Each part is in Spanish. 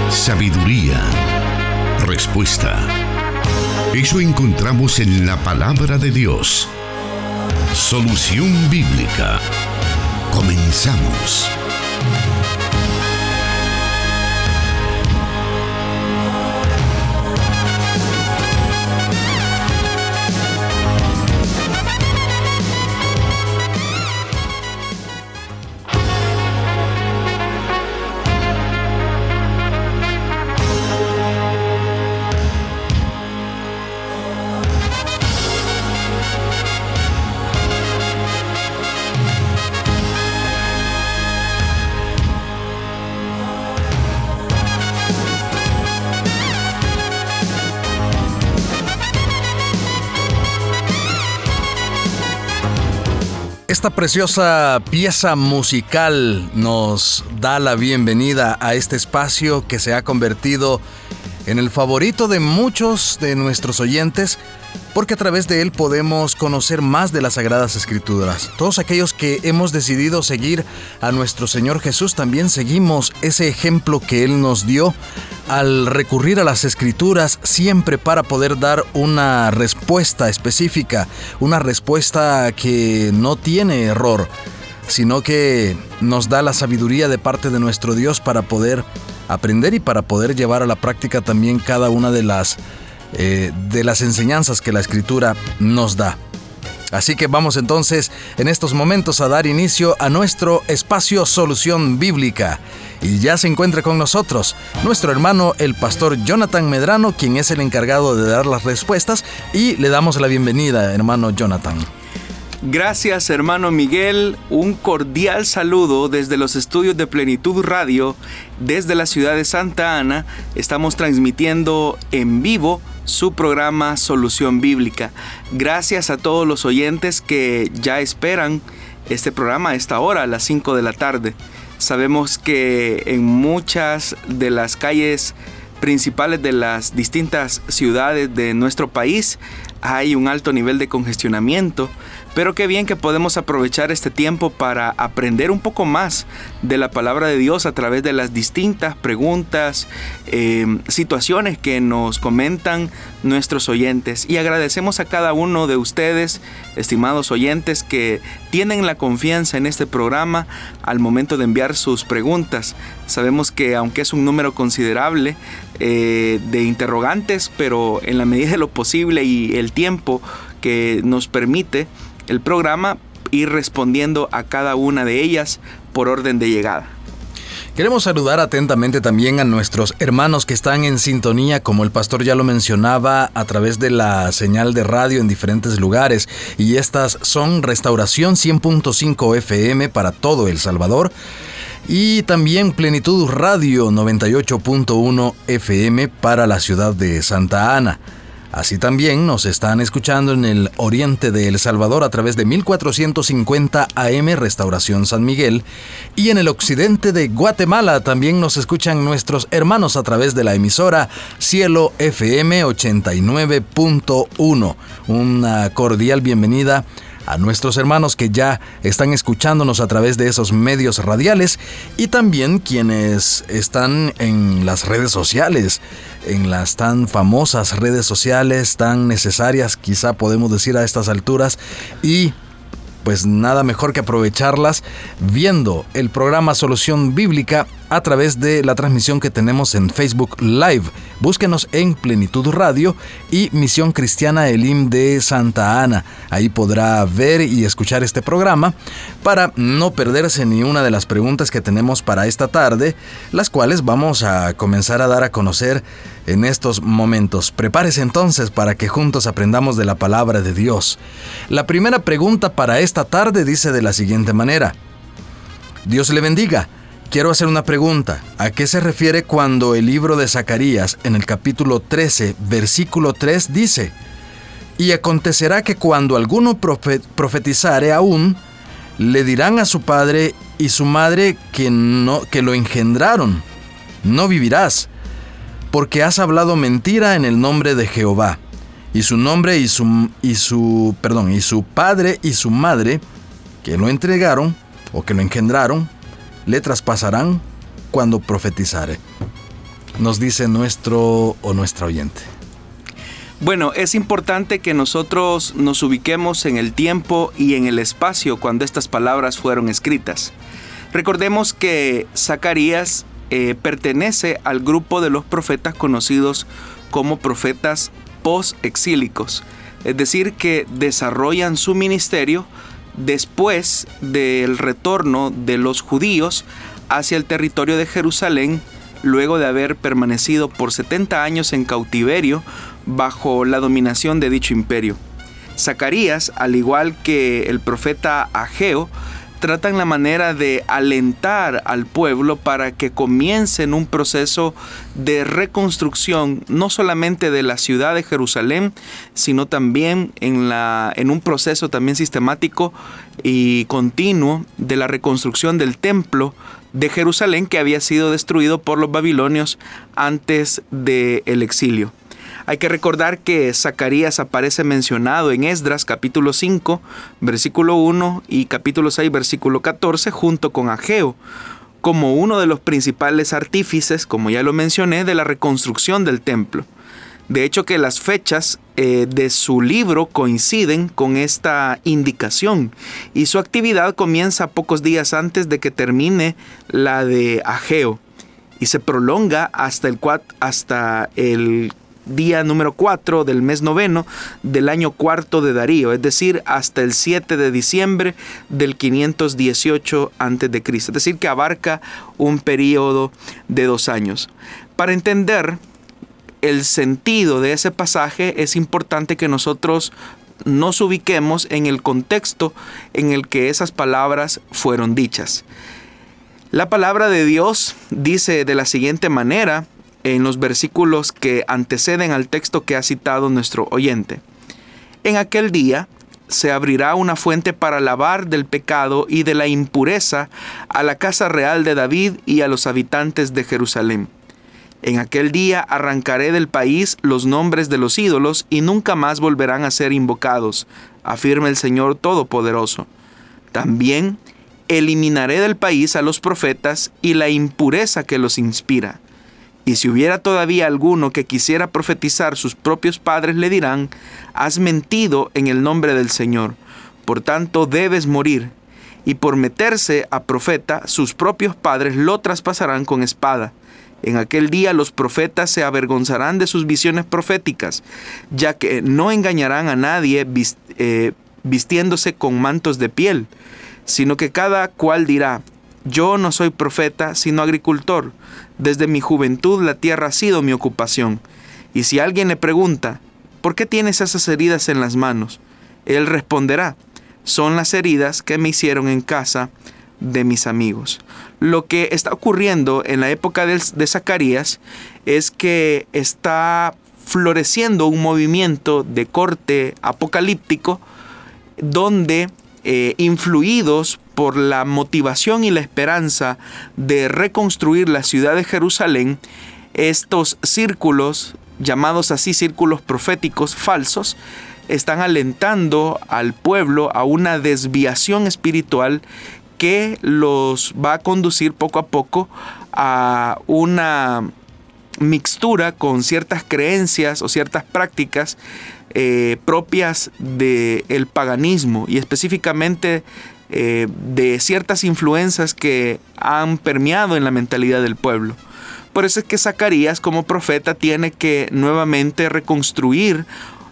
sabiduría, respuesta. Eso encontramos en la palabra de Dios. Solución Bíblica. Comenzamos. Esta preciosa pieza musical nos da la bienvenida a este espacio que se ha convertido en el favorito de muchos de nuestros oyentes, porque a través de él podemos conocer más de las Sagradas Escrituras. Todos aquellos que hemos decidido seguir a nuestro Señor Jesús también seguimos ese ejemplo que Él nos dio al recurrir a las Escrituras siempre para poder dar una respuesta específica, una respuesta que no tiene error, sino que nos da la sabiduría de parte de nuestro Dios para poder aprender y para poder llevar a la práctica también cada una de las enseñanzas que la Escritura nos da. Así que vamos entonces en estos momentos a dar inicio a nuestro espacio Solución Bíblica. Y ya se encuentra con nosotros nuestro hermano el pastor Jonathan Medrano, quien es el encargado de dar las respuestas, y le damos la bienvenida, hermano Jonathan. Gracias, hermano Miguel. Un cordial saludo desde los estudios de Plenitud Radio, desde la ciudad de Santa Ana. Estamos transmitiendo en vivo su programa Solución Bíblica. Gracias a todos los oyentes que ya esperan este programa a esta hora, a las 5 de la tarde. Sabemos que en muchas de las calles principales de las distintas ciudades de nuestro país hay un alto nivel de congestionamiento, pero qué bien que podemos aprovechar este tiempo para aprender un poco más de la palabra de Dios a través de las distintas preguntas, situaciones que nos comentan nuestros oyentes. Y agradecemos a cada uno de ustedes, estimados oyentes, que tienen la confianza en este programa al momento de enviar sus preguntas. Sabemos que aunque es un número considerable de interrogantes, pero en la medida de lo posible y el tiempo que nos permite el programa, ir respondiendo a cada una de ellas por orden de llegada. Queremos saludar atentamente también a nuestros hermanos que están en sintonía, como el pastor ya lo mencionaba, a través de la señal de radio en diferentes lugares. Y estas son Restauración 100.5 FM para todo El Salvador. Y también Plenitud Radio 98.1 FM para la ciudad de Santa Ana. Así también nos están escuchando en el oriente de El Salvador a través de 1450 AM Restauración San Miguel, y en el occidente de Guatemala también nos escuchan nuestros hermanos a través de la emisora Cielo FM 89.1. Una cordial bienvenida a nuestros hermanos que ya están escuchándonos a través de esos medios radiales, y también quienes están en las redes sociales, en las tan famosas redes sociales, tan necesarias quizá podemos decir a estas alturas, y pues nada mejor que aprovecharlas viendo el programa Solución Bíblica a través de la transmisión que tenemos en Facebook Live. Búsquenos en Plenitud Radio y Misión Cristiana Elim de Santa Ana. Ahí podrá ver y escuchar este programa para no perderse ni una de las preguntas que tenemos para esta tarde, las cuales vamos a comenzar a dar a conocer en estos momentos. Prepárese entonces para que juntos aprendamos de la palabra de Dios. La primera pregunta para esta tarde dice de la siguiente manera: Dios le bendiga. Quiero hacer una pregunta. ¿A qué se refiere cuando el libro de Zacarías, en el capítulo 13, versículo 3, dice: Y acontecerá que cuando alguno profetizare aún, le dirán a su padre y su madre que lo engendraron: no vivirás, porque has hablado mentira en el nombre de Jehová. Y su nombre y su padre y su madre que lo entregaron o que lo engendraron le traspasarán cuando profetizare. nos dice nuestro o nuestra oyente? Bueno, es importante que nosotros nos ubiquemos en el tiempo y en el espacio cuando estas palabras fueron escritas. Recordemos que Zacarías pertenece al grupo de los profetas conocidos como profetas post-exílicos, es decir, que desarrollan su ministerio después del retorno de los judíos hacia el territorio de Jerusalén, luego de haber permanecido por 70 años en cautiverio bajo la dominación de dicho imperio. Zacarías, al igual que el profeta Ageo, tratan la manera de alentar al pueblo para que comiencen un proceso de reconstrucción, no solamente de la ciudad de Jerusalén, sino también en un proceso también sistemático y continuo de la reconstrucción del templo de Jerusalén, que había sido destruido por los babilonios antes del exilio. Hay que recordar que Zacarías aparece mencionado en Esdras capítulo 5, versículo 1 y capítulo 6, versículo 14, junto con Ageo, como uno de los principales artífices, como ya lo mencioné, de la reconstrucción del templo. De hecho, que las fechas de su libro coinciden con esta indicación, y su actividad comienza pocos días antes de que termine la de Ageo y se prolonga hasta el día número 4 del mes noveno del año cuarto de Darío, es decir, hasta el 7 de diciembre del 518 a.C., es decir, que abarca un periodo de 2 años. Para entender el sentido de ese pasaje es importante que nosotros nos ubiquemos en el contexto en el que esas palabras fueron dichas. La palabra de Dios dice de la siguiente manera en los versículos que anteceden al texto que ha citado nuestro oyente. En aquel día se abrirá una fuente para lavar del pecado y de la impureza a la casa real de David y a los habitantes de Jerusalén. En aquel día arrancaré del país los nombres de los ídolos y nunca más volverán a ser invocados, afirma el Señor Todopoderoso. También eliminaré del país a los profetas y la impureza que los inspira. Y si hubiera todavía alguno que quisiera profetizar, sus propios padres le dirán: has mentido en el nombre del Señor, por tanto debes morir. Y por meterse a profeta, sus propios padres lo traspasarán con espada. En aquel día los profetas se avergonzarán de sus visiones proféticas, ya que no engañarán a nadie vistiéndose con mantos de piel, sino que cada cual dirá: yo no soy profeta, sino agricultor. Desde mi juventud la tierra ha sido mi ocupación. Y si alguien le pregunta: ¿por qué tienes esas heridas en las manos?, él responderá: son las heridas que me hicieron en casa de mis amigos. Lo que está ocurriendo en la época de Zacarías es que está floreciendo un movimiento de corte apocalíptico donde influidos por la motivación y la esperanza de reconstruir la ciudad de Jerusalén, estos círculos, llamados así círculos proféticos falsos, están alentando al pueblo a una desviación espiritual que los va a conducir poco a poco a una mixtura con ciertas creencias o ciertas prácticas propias del paganismo y específicamente de ciertas influencias que han permeado en la mentalidad del pueblo. Por eso es que Zacarías, como profeta, tiene que nuevamente reconstruir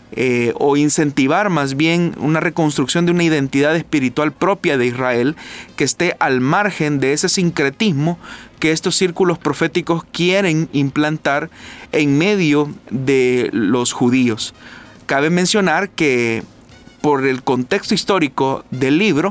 o incentivar más bien una reconstrucción de una identidad espiritual propia de Israel que esté al margen de ese sincretismo que estos círculos proféticos quieren implantar en medio de los judíos. Cabe mencionar que por el contexto histórico del libro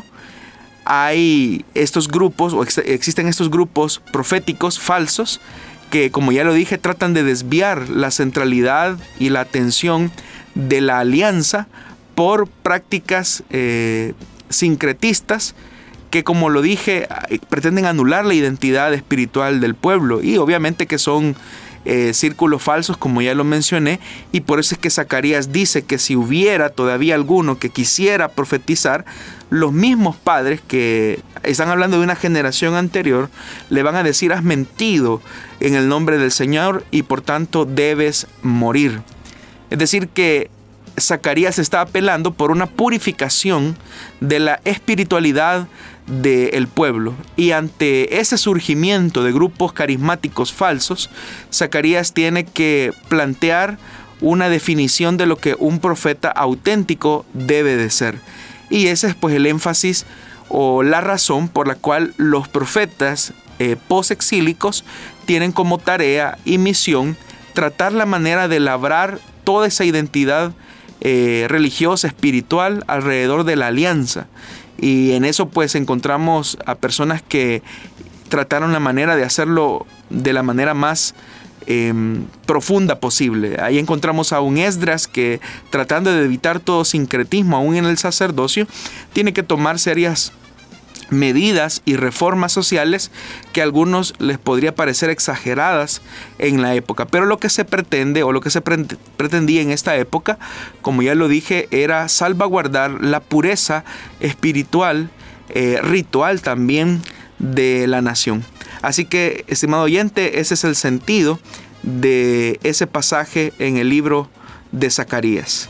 hay estos grupos o existen estos grupos proféticos falsos que, como ya lo dije, tratan de desviar la centralidad y la atención de la alianza por prácticas sincretistas que, como lo dije, pretenden anular la identidad espiritual del pueblo, y obviamente que son círculos falsos, como ya lo mencioné, y por eso es que Zacarías dice que si hubiera todavía alguno que quisiera profetizar, los mismos padres, que están hablando de una generación anterior, le van a decir: has mentido en el nombre del Señor y por tanto debes morir. Es decir, que Zacarías está apelando por una purificación de la espiritualidad del pueblo, y ante ese surgimiento de grupos carismáticos falsos, Zacarías tiene que plantear una definición de lo que un profeta auténtico debe de ser, y ese es pues el énfasis o la razón por la cual los profetas posexílicos tienen como tarea y misión tratar la manera de labrar toda esa identidad religiosa, espiritual alrededor de la alianza. Y en eso pues encontramos a personas que trataron la manera de hacerlo de la manera más profunda posible. Ahí encontramos a un Esdras que, tratando de evitar todo sincretismo aún en el sacerdocio, tiene que tomar serias medidas y reformas sociales que a algunos les podría parecer exageradas en la época, pero lo que se pretende o lo que se pretendía en esta época, como ya lo dije, era salvaguardar la pureza espiritual, ritual también de la nación. Así que, estimado oyente, ese es el sentido de ese pasaje en el libro de Zacarías.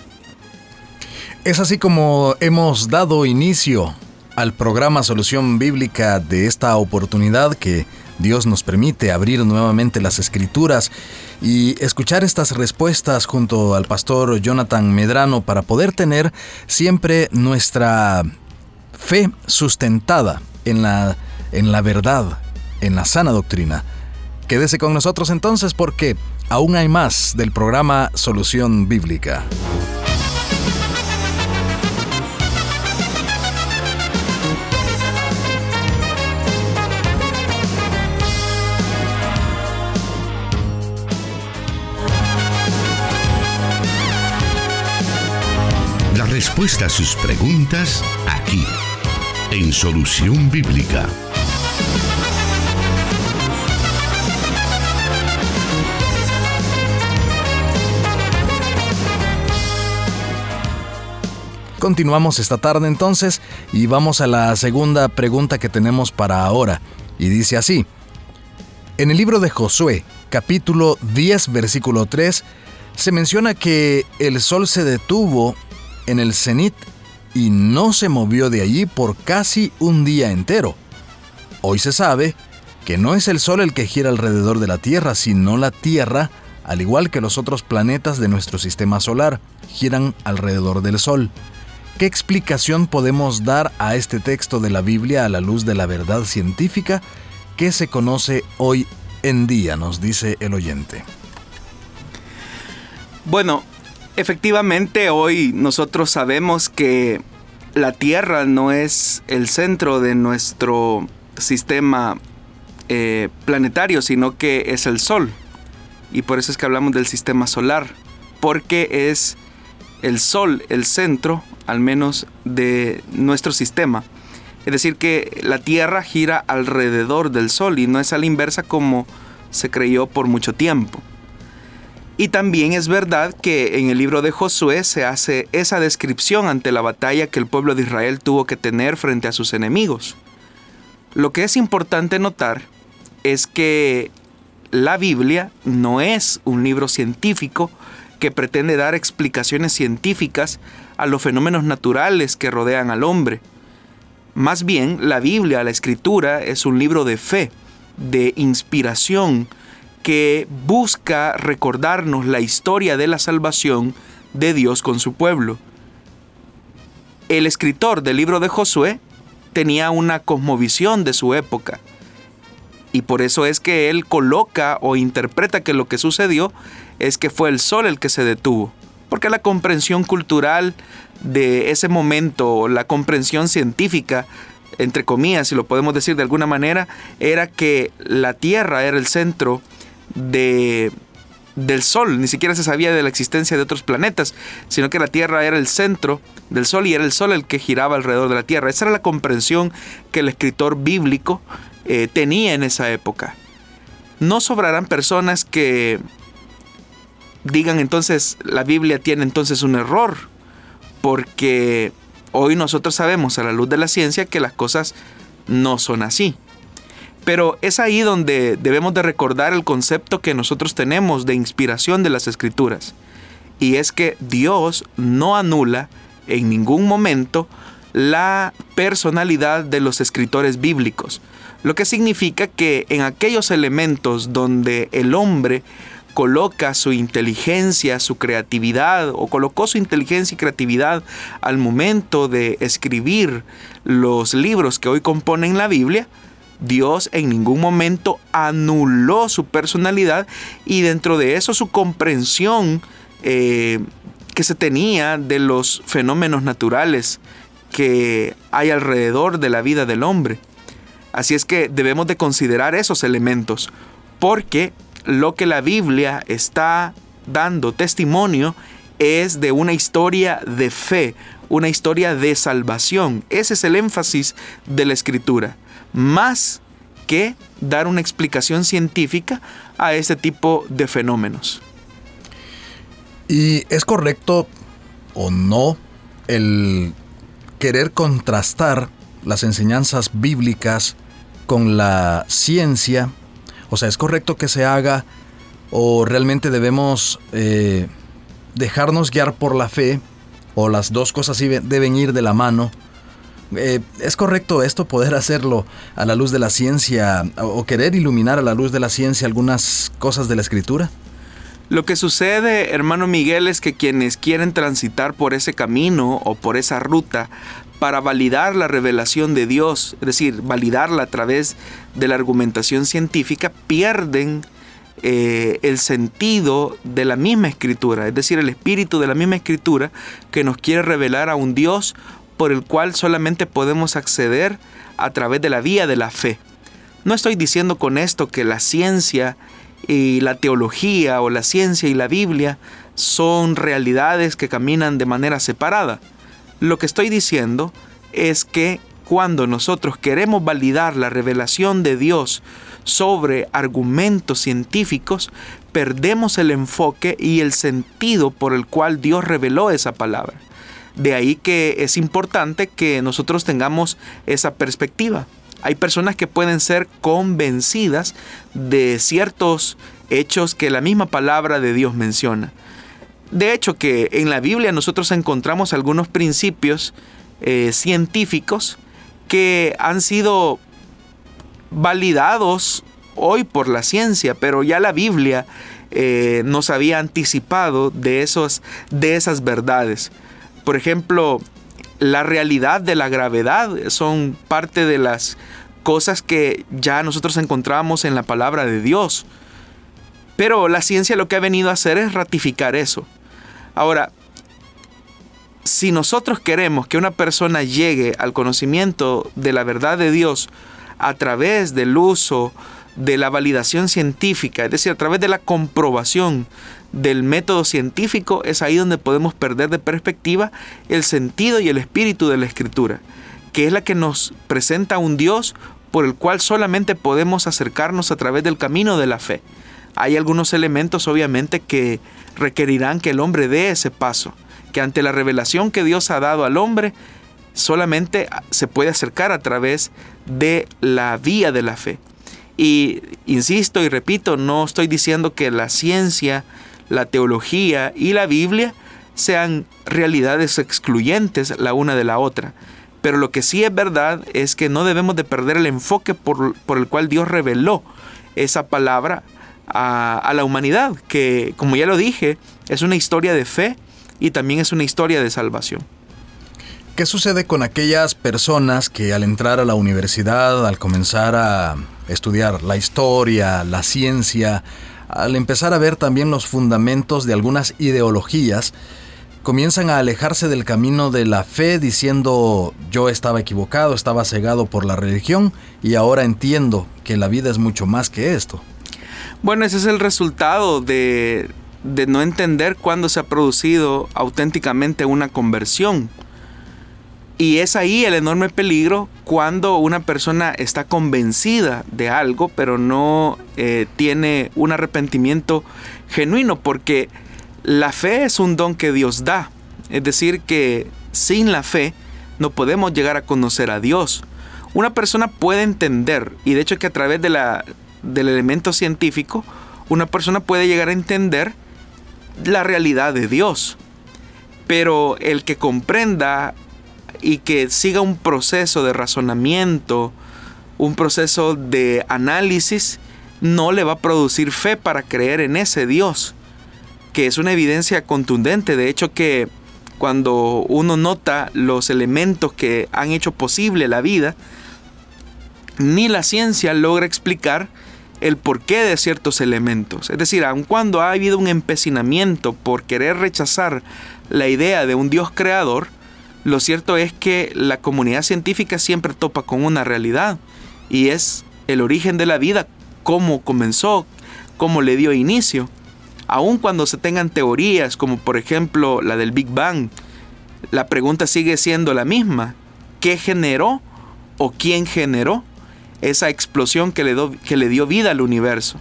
Es así como hemos dado inicio al programa Solución Bíblica de esta oportunidad que Dios nos permite abrir nuevamente las Escrituras y escuchar estas respuestas junto al pastor Jonathan Medrano para poder tener siempre nuestra fe sustentada en la verdad, en la sana doctrina. Quédese con nosotros entonces, porque aún hay más del programa Solución Bíblica. La respuesta a sus preguntas aquí, en Solución Bíblica. Continuamos esta tarde entonces y vamos a la segunda pregunta que tenemos para ahora, y dice así: en el libro de Josué, capítulo 10, versículo 3, se menciona que el sol se detuvo en el cenit y no se movió de allí por casi un día entero. Hoy se sabe que no es el sol el que gira alrededor de la Tierra, sino la Tierra, al igual que los otros planetas de nuestro sistema solar, giran alrededor del sol. ¿Qué explicación podemos dar a este texto de la Biblia a la luz de la verdad científica que se conoce hoy en día?, nos dice el oyente. Bueno, efectivamente hoy nosotros sabemos que la Tierra no es el centro de nuestro sistema planetario, sino que es el Sol. Y por eso es que hablamos del sistema solar, porque es el Sol el centro, al menos, de nuestro sistema. Es decir, que la Tierra gira alrededor del Sol y no es a la inversa como se creyó por mucho tiempo. Y también es verdad que en el libro de Josué se hace esa descripción ante la batalla que el pueblo de Israel tuvo que tener frente a sus enemigos. Lo que es importante notar es que la Biblia no es un libro científico que pretende dar explicaciones científicas a los fenómenos naturales que rodean al hombre. Más bien, la Biblia, la Escritura, es un libro de fe, de inspiración, que busca recordarnos la historia de la salvación de Dios con su pueblo. El escritor del libro de Josué tenía una cosmovisión de su época, y por eso es que él coloca o interpreta que lo que sucedió es que fue el sol el que se detuvo, porque la comprensión cultural de ese momento, la comprensión científica, entre comillas, si lo podemos decir de alguna manera, era que la Tierra era el centro de del Sol, ni siquiera se sabía de la existencia de otros planetas, sino que la Tierra era el centro del Sol y era el Sol el que giraba alrededor de la Tierra. Esa era la comprensión que el escritor bíblico tenía en esa época. No sobrarán personas que digan entonces la Biblia tiene entonces un error, porque hoy nosotros sabemos a la luz de la ciencia que las cosas no son así. Pero es ahí donde debemos de recordar el concepto que nosotros tenemos de inspiración de las Escrituras. Y es que Dios no anula en ningún momento la personalidad de los escritores bíblicos. Lo que significa que en aquellos elementos donde el hombre coloca su inteligencia, su creatividad, o colocó su inteligencia y creatividad al momento de escribir los libros que hoy componen la Biblia, Dios en ningún momento anuló su personalidad y dentro de eso su comprensión que se tenía de los fenómenos naturales que hay alrededor de la vida del hombre. Así es que debemos de considerar esos elementos, porque lo que la Biblia está dando testimonio es de una historia de fe, una historia de salvación. Ese es el énfasis de la Escritura, más que dar una explicación científica a este tipo de fenómenos. ¿Y es correcto o no el querer contrastar las enseñanzas bíblicas con la ciencia? O sea, ¿es correcto que se haga o realmente debemos dejarnos guiar por la fe, o las dos cosas deben ir de la mano? ¿Es correcto esto, poder hacerlo a la luz de la ciencia o querer iluminar a la luz de la ciencia algunas cosas de la Escritura? Lo que sucede, hermano Miguel, es que quienes quieren transitar por ese camino o por esa ruta para validar la revelación de Dios, es decir, validarla a través de la argumentación científica, pierden el sentido de la misma Escritura, es decir, el espíritu de la misma Escritura que nos quiere revelar a un Dios por el cual solamente podemos acceder a través de la vía de la fe. No estoy diciendo con esto que la ciencia y la teología o la ciencia y la Biblia son realidades que caminan de manera separada. Lo que estoy diciendo es que cuando nosotros queremos validar la revelación de Dios sobre argumentos científicos, perdemos el enfoque y el sentido por el cual Dios reveló esa palabra. De ahí que es importante que nosotros tengamos esa perspectiva. Hay personas que pueden ser convencidas de ciertos hechos que la misma palabra de Dios menciona. De hecho, que en la Biblia nosotros encontramos algunos principios científicos que han sido validados hoy por la ciencia, pero ya la Biblia nos había anticipado de esas verdades. Por ejemplo, la realidad de la gravedad son parte de las cosas que ya nosotros encontramos en la palabra de Dios. Pero la ciencia lo que ha venido a hacer es ratificar eso. Ahora, si nosotros queremos que una persona llegue al conocimiento de la verdad de Dios a través del uso de la validación científica, es decir, a través de la comprobación del método científico, es ahí donde podemos perder de perspectiva el sentido y el espíritu de la Escritura, que es la que nos presenta a un Dios por el cual solamente podemos acercarnos a través del camino de la fe. Hay algunos elementos, obviamente, que requerirán que el hombre dé ese paso, que ante la revelación que Dios ha dado al hombre, solamente se puede acercar a través de la vía de la fe. Y insisto y repito, no estoy diciendo que la ciencia, la teología y la Biblia sean realidades excluyentes la una de la otra. Pero lo que sí es verdad es que no debemos de perder el enfoque por el cual Dios reveló esa palabra a la humanidad, que, como ya lo dije, es una historia de fe y también es una historia de salvación. ¿Qué sucede con aquellas personas que al entrar a la universidad, al comenzar a estudiar la historia, la ciencia, al empezar a ver también los fundamentos de algunas ideologías, comienzan a alejarse del camino de la fe diciendo: yo estaba equivocado, estaba cegado por la religión y ahora entiendo que la vida es mucho más que esto? Bueno, ese es el resultado de no entender cuándo se ha producido auténticamente una conversión. Y es ahí el enorme peligro cuando una persona está convencida de algo, pero no tiene un arrepentimiento genuino, porque la fe es un don que Dios da. Es decir, que sin la fe no podemos llegar a conocer a Dios. Una persona puede entender, y de hecho que a través del elemento científico, una persona puede llegar a entender la realidad de Dios. Pero el que comprenda y que siga un proceso de razonamiento, un proceso de análisis, no le va a producir fe para creer en ese Dios, que es una evidencia contundente. De hecho, que cuando uno nota los elementos que han hecho posible la vida, ni la ciencia logra explicar el porqué de ciertos elementos. Es decir, aun cuando ha habido un empecinamiento por querer rechazar la idea de un Dios creador, lo cierto es que la comunidad científica siempre topa con una realidad, y es el origen de la vida, cómo comenzó, cómo le dio inicio. Aun cuando se tengan teorías como por ejemplo la del Big Bang, la pregunta sigue siendo la misma: ¿qué generó o quién generó esa explosión que le dio vida al universo?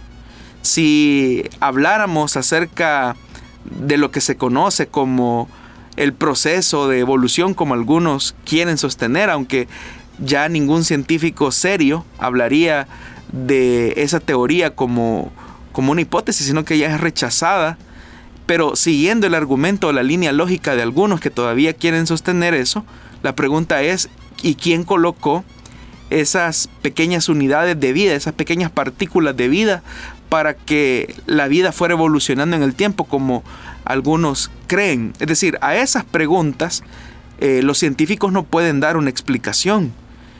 Si habláramos acerca de lo que se conoce como el proceso de evolución, como algunos quieren sostener, aunque ya ningún científico serio hablaría de esa teoría como una hipótesis, sino que ya es rechazada. Pero siguiendo el argumento o la línea lógica de algunos que todavía quieren sostener eso, la pregunta es: ¿y quién colocó esas pequeñas unidades de vida, esas pequeñas partículas de vida, para que la vida fuera evolucionando en el tiempo como algunos creen? Es decir, a esas preguntas los científicos no pueden dar una explicación,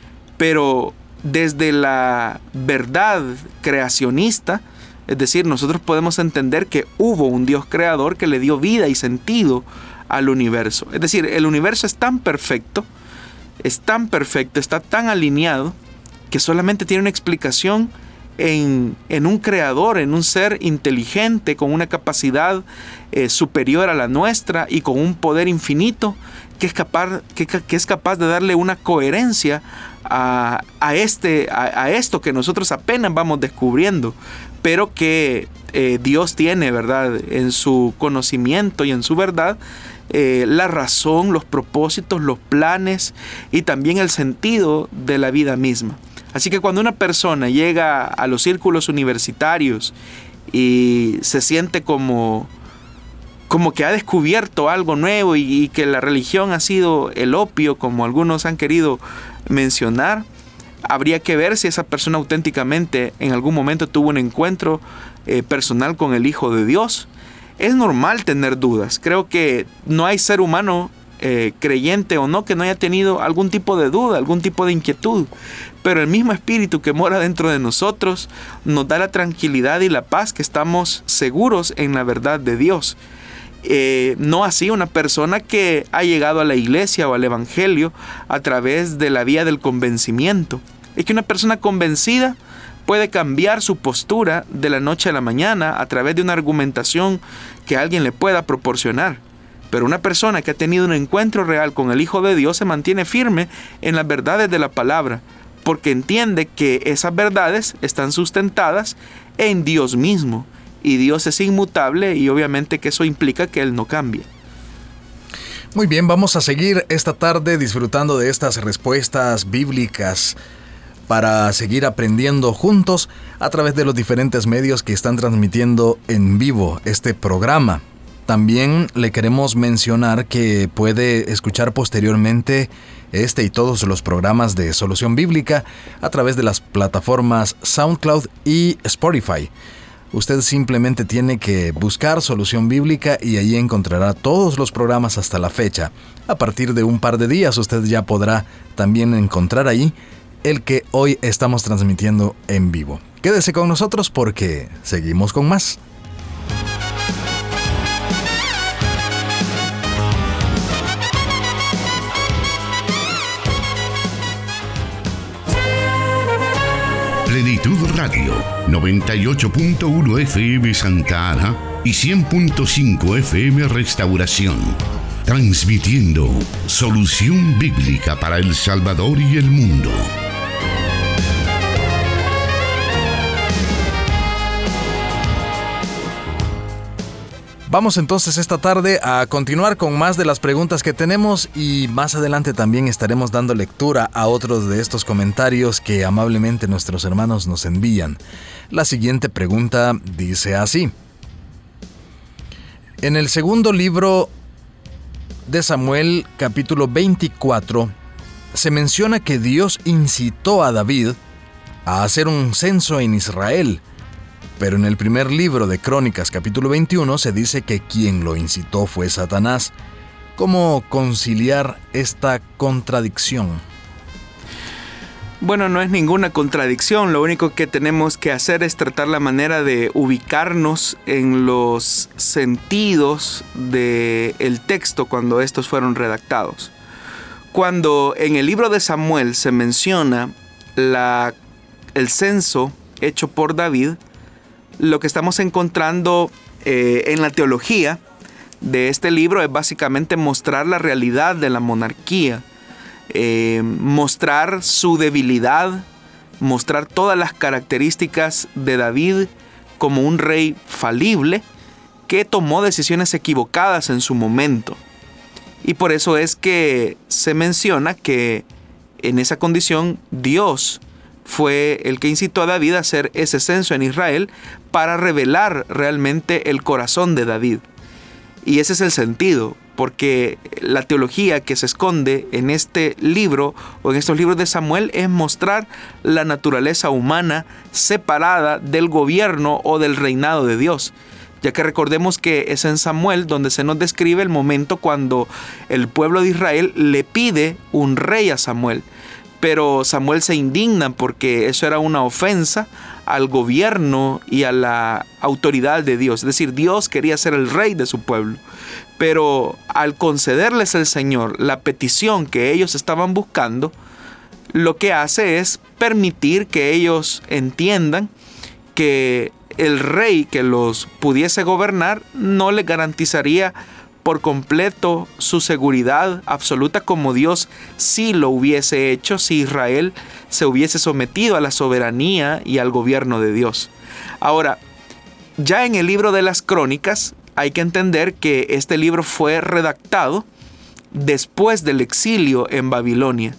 pero desde la verdad creacionista, es decir, nosotros podemos entender que hubo un Dios creador que le dio vida y sentido al universo. Es decir, el universo es tan perfecto, está tan alineado, que solamente tiene una explicación en un creador, en un ser inteligente, con una capacidad superior a la nuestra y con un poder infinito que es capaz de darle una coherencia a esto que nosotros apenas vamos descubriendo, pero que Dios tiene, ¿verdad?, en su conocimiento y en su verdad, la razón, los propósitos, los planes y también el sentido de la vida misma. Así que cuando una persona llega a los círculos universitarios y se siente como que ha descubierto algo nuevo y que la religión ha sido el opio, como algunos han querido mencionar, habría que ver si esa persona auténticamente en algún momento tuvo un encuentro personal con el Hijo de Dios. Es normal tener dudas. Creo que no hay ser humano creyente o no que no haya tenido algún tipo de duda, algún tipo de inquietud. Pero el mismo Espíritu que mora dentro de nosotros nos da la tranquilidad y la paz que estamos seguros en la verdad de Dios. No así una persona que ha llegado a la iglesia o al evangelio a través de la vía del convencimiento. Es que una persona convencida puede cambiar su postura de la noche a la mañana a través de una argumentación que alguien le pueda proporcionar. Pero una persona que ha tenido un encuentro real con el Hijo de Dios se mantiene firme en las verdades de la palabra, porque entiende que esas verdades están sustentadas en Dios mismo. Y Dios es inmutable y obviamente que eso implica que Él no cambia. Muy bien, vamos a seguir esta tarde disfrutando de estas respuestas bíblicas para seguir aprendiendo juntos a través de los diferentes medios que están transmitiendo en vivo este programa. También le queremos mencionar que puede escuchar posteriormente este y todos los programas de Solución Bíblica a través de las plataformas SoundCloud y Spotify. Usted simplemente tiene que buscar Solución Bíblica y allí encontrará todos los programas hasta la fecha. A partir de un par de días usted ya podrá también encontrar ahí el que hoy estamos transmitiendo en vivo. Quédese con nosotros porque seguimos con más. Plenitud Radio, 98.1 FM Santa Ana y 100.5 FM Restauración. Transmitiendo solución bíblica para El Salvador y el mundo. Vamos entonces esta tarde a continuar con más de las preguntas que tenemos y más adelante también estaremos dando lectura a otros de estos comentarios que amablemente nuestros hermanos nos envían. La siguiente pregunta dice así: en el segundo libro de Samuel, capítulo 24, se menciona que Dios incitó a David a hacer un censo en Israel. Pero en el primer libro de Crónicas, capítulo 21, se dice que quien lo incitó fue Satanás. ¿Cómo conciliar esta contradicción? Bueno, no es ninguna contradicción. Lo único que tenemos que hacer es tratar la manera de ubicarnos en los sentidos del texto cuando estos fueron redactados. Cuando en el libro de Samuel se menciona el censo hecho por David, lo que estamos encontrando en la teología de este libro es básicamente mostrar la realidad de la monarquía, mostrar su debilidad, mostrar todas las características de David como un rey falible que tomó decisiones equivocadas en su momento. Y por eso es que se menciona que en esa condición Dios fue el que incitó a David a hacer ese censo en Israel para revelar realmente el corazón de David. Y ese es el sentido, porque la teología que se esconde en este libro o en estos libros de Samuel es mostrar la naturaleza humana separada del gobierno o del reinado de Dios. Ya que recordemos que es en Samuel donde se nos describe el momento cuando el pueblo de Israel le pide un rey a Samuel. Pero Samuel se indigna porque eso era una ofensa al gobierno y a la autoridad de Dios. Es decir, Dios quería ser el rey de su pueblo. Pero al concederles el Señor la petición que ellos estaban buscando, lo que hace es permitir que ellos entiendan que el rey que los pudiese gobernar no les garantizaría por completo su seguridad absoluta como Dios sí lo hubiese hecho si Israel se hubiese sometido a la soberanía y al gobierno de Dios. Ahora, ya en el libro de las Crónicas hay que entender que este libro fue redactado después del exilio en Babilonia.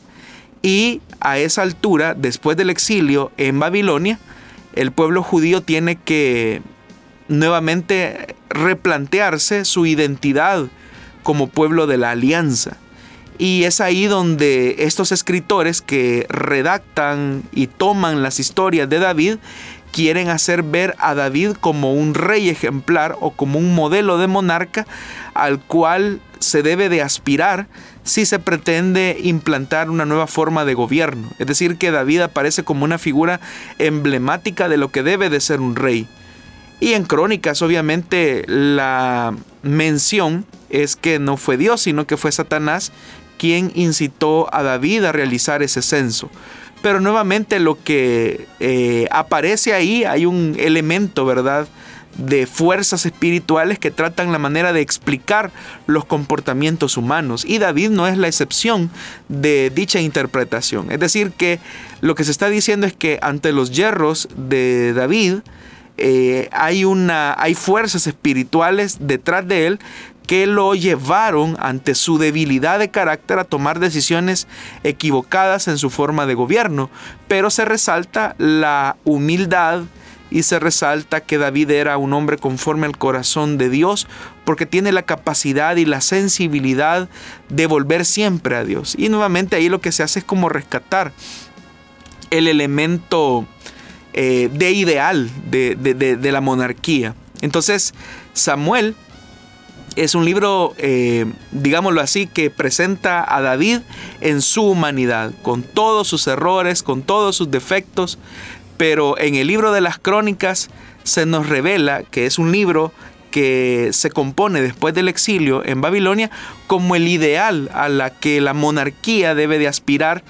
Y a esa altura, después del exilio en Babilonia, el pueblo judío tiene que nuevamente replantearse su identidad como pueblo de la alianza. Y es ahí donde estos escritores que redactan y toman las historias de David quieren hacer ver a David como un rey ejemplar o como un modelo de monarca al cual se debe de aspirar si se pretende implantar una nueva forma de gobierno. Es decir, que David aparece como una figura emblemática de lo que debe de ser un rey. Y en Crónicas, obviamente, la mención es que no fue Dios, sino que fue Satanás quien incitó a David a realizar ese censo. Pero nuevamente lo que aparece ahí, hay un elemento, ¿verdad?, de fuerzas espirituales que tratan la manera de explicar los comportamientos humanos. Y David no es la excepción de dicha interpretación. Es decir, que lo que se está diciendo es que ante los yerros de David, hay fuerzas espirituales detrás de él que lo llevaron ante su debilidad de carácter a tomar decisiones equivocadas en su forma de gobierno. Pero se resalta la humildad y se resalta que David era un hombre conforme al corazón de Dios porque tiene la capacidad y la sensibilidad de volver siempre a Dios. Y nuevamente ahí lo que se hace es como rescatar el elemento de ideal de la monarquía. Entonces, Samuel es un libro, digámoslo así, que presenta a David en su humanidad, con todos sus errores, con todos sus defectos, pero en el libro de las Crónicas se nos revela que es un libro que se compone después del exilio en Babilonia como el ideal a la que la monarquía debe de aspirar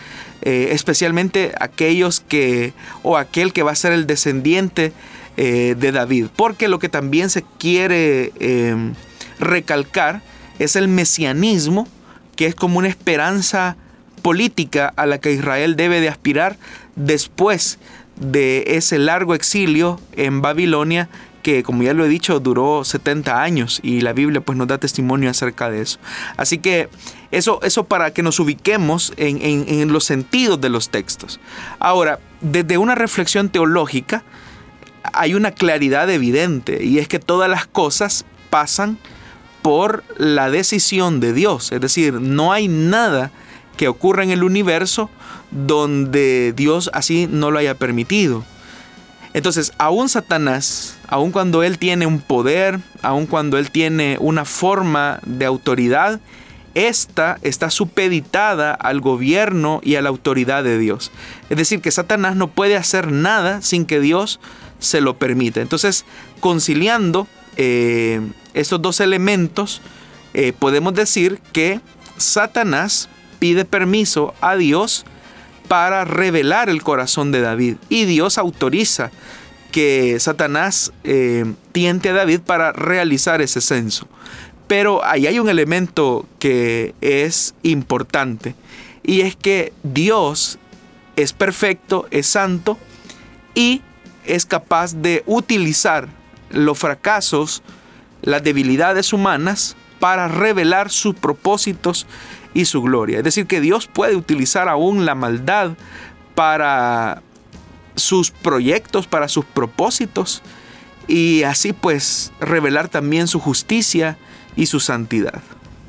especialmente aquel que va a ser el descendiente de David, porque lo que también se quiere recalcar es el mesianismo, que es como una esperanza política a la que Israel debe de aspirar después de ese largo exilio en Babilonia, que, como ya lo he dicho, duró 70 años y la Biblia pues nos da testimonio acerca de eso. Así que eso para que nos ubiquemos en los sentidos de los textos. Ahora, desde una reflexión teológica hay una claridad evidente, y es que todas las cosas pasan por la decisión de Dios. Es decir, no hay nada que ocurra en el universo donde Dios así no lo haya permitido. Entonces, aún Satanás, aún cuando él tiene un poder, aún cuando él tiene una forma de autoridad, esta está supeditada al gobierno y a la autoridad de Dios. Es decir, que Satanás no puede hacer nada sin que Dios se lo permita. Entonces, conciliando estos dos elementos, podemos decir que Satanás pide permiso a Dios para revelar el corazón de David, y Dios autoriza que Satanás tiente a David para realizar ese censo. Pero ahí hay un elemento que es importante, y es que Dios es perfecto, es santo, y es capaz de utilizar los fracasos, las debilidades humanas para revelar sus propósitos y su gloria. Es decir, que Dios puede utilizar aún la maldad para sus proyectos, para sus propósitos, y así pues revelar también su justicia y su santidad.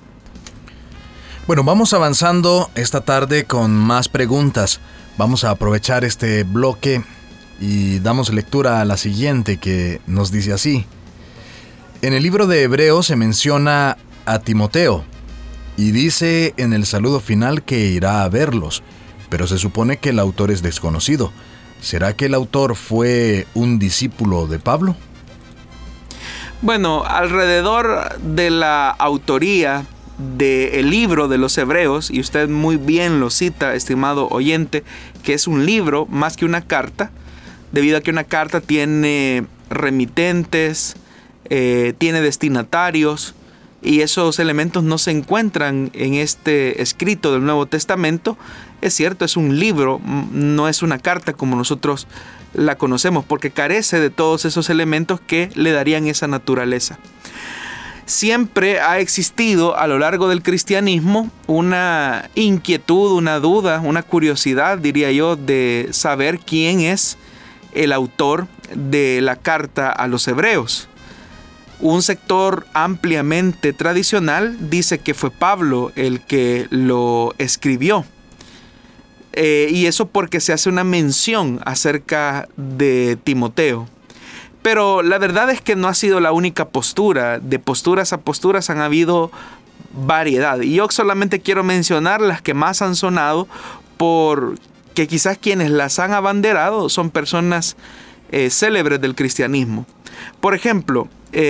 Bueno, vamos avanzando esta tarde con más preguntas. Vamos a aprovechar este bloque y damos lectura a la siguiente, que nos dice así. En el libro de Hebreos se menciona a Timoteo y dice en el saludo final que irá a verlos, pero se supone que el autor es desconocido. ¿Será que el autor fue un discípulo de Pablo? Bueno, alrededor de la autoría del libro de los Hebreos, y usted muy bien lo cita, estimado oyente, que es un libro más que una carta, debido a que una carta tiene remitentes, tiene destinatarios, y esos elementos no se encuentran en este escrito del Nuevo Testamento. Es cierto, es un libro, no es una carta como nosotros la conocemos, porque carece de todos esos elementos que le darían esa naturaleza. Siempre ha existido a lo largo del cristianismo una inquietud, una duda, una curiosidad, diría yo, de saber quién es el autor de la carta a los Hebreos. Un sector ampliamente tradicional dice que fue Pablo el que lo escribió. Y eso porque se hace una mención acerca de Timoteo. Pero la verdad es que no ha sido la única postura. De posturas a posturas han habido variedad. Y yo solamente quiero mencionar las que más han sonado, porque quizás quienes las han abanderado son personas célebres del cristianismo. Por ejemplo,